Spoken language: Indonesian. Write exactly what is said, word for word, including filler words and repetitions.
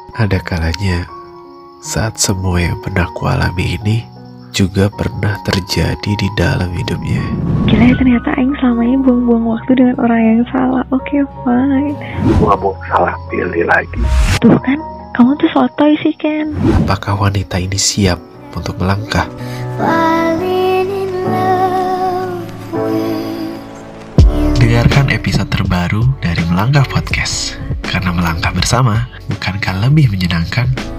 Ada kalanya saat semua yang pernah kualami ini juga pernah terjadi di dalam hidupnya. Gila ya, ternyata Aing selama ini buang-buang waktu dengan orang yang salah. Oke, okay, fine. Gua mau salah pilih lagi. Tuh kan, kamu tuh sotoy sih, Ken. Apakah wanita ini siap untuk melangkah? Dengarkan episode terbaru dari Melangkah Podcast. Karena melangkah bersama bukankah lebih menyenangkan?